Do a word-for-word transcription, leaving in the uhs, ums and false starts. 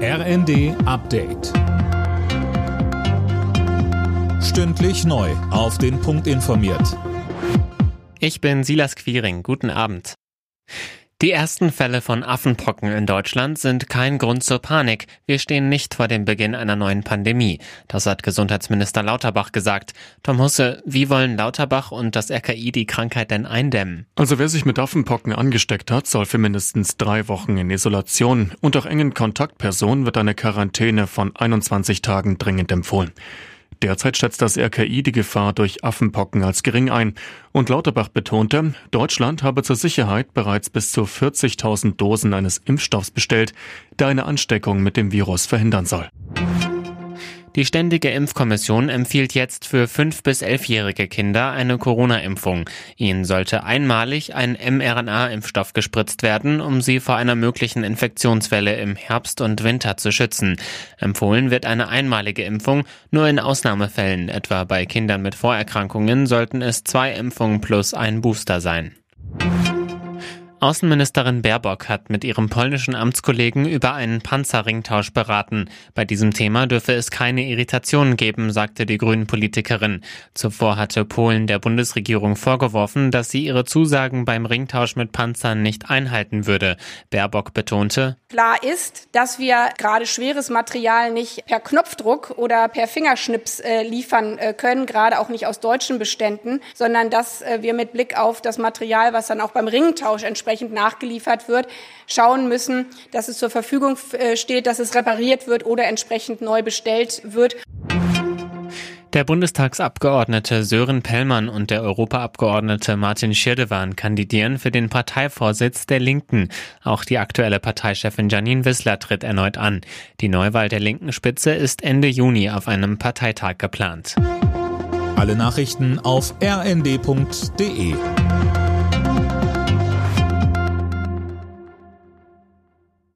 R N D Update. Stündlich neu auf den Punkt informiert. Ich bin Silas Quiring. Guten Abend. Die ersten Fälle von Affenpocken in Deutschland sind kein Grund zur Panik. Wir stehen nicht vor dem Beginn einer neuen Pandemie. Das hat Gesundheitsminister Lauterbach gesagt. Tom Husse, wie wollen Lauterbach und das R K I die Krankheit denn eindämmen? Also wer sich mit Affenpocken angesteckt hat, soll für mindestens drei Wochen in Isolation. Und auch engen Kontaktpersonen wird eine Quarantäne von einundzwanzig Tagen dringend empfohlen. Derzeit schätzt das R K I die Gefahr durch Affenpocken als gering ein. Und Lauterbach betonte, Deutschland habe zur Sicherheit bereits bis zu vierzigtausend Dosen eines Impfstoffs bestellt, der eine Ansteckung mit dem Virus verhindern soll. Die Ständige Impfkommission empfiehlt jetzt für fünf- bis elfjährige Kinder eine Corona-Impfung. Ihnen sollte einmalig ein mRNA-Impfstoff gespritzt werden, um sie vor einer möglichen Infektionswelle im Herbst und Winter zu schützen. Empfohlen wird eine einmalige Impfung, nur in Ausnahmefällen, etwa bei Kindern mit Vorerkrankungen, sollten es zwei Impfungen plus ein Booster sein. Außenministerin Baerbock hat mit ihrem polnischen Amtskollegen über einen Panzerringtausch beraten. Bei diesem Thema dürfe es keine Irritationen geben, sagte die Grünen-Politikerin. Zuvor hatte Polen der Bundesregierung vorgeworfen, dass sie ihre Zusagen beim Ringtausch mit Panzern nicht einhalten würde. Baerbock betonte: Klar ist, dass wir gerade schweres Material nicht per Knopfdruck oder per Fingerschnips äh, liefern äh, können, gerade auch nicht aus deutschen Beständen, sondern dass äh, wir mit Blick auf das Material, was dann auch beim Ringtausch entsprechend nachgeliefert wird, schauen müssen, dass es zur Verfügung äh, steht, dass es repariert wird oder entsprechend neu bestellt wird. Der Bundestagsabgeordnete Sören Pellmann und der Europaabgeordnete Martin Schirdewan kandidieren für den Parteivorsitz der Linken. Auch die aktuelle Parteichefin Janine Wissler tritt erneut an. Die Neuwahl der linken Spitze ist Ende Juni auf einem Parteitag geplant. Alle Nachrichten auf r n d punkt d e.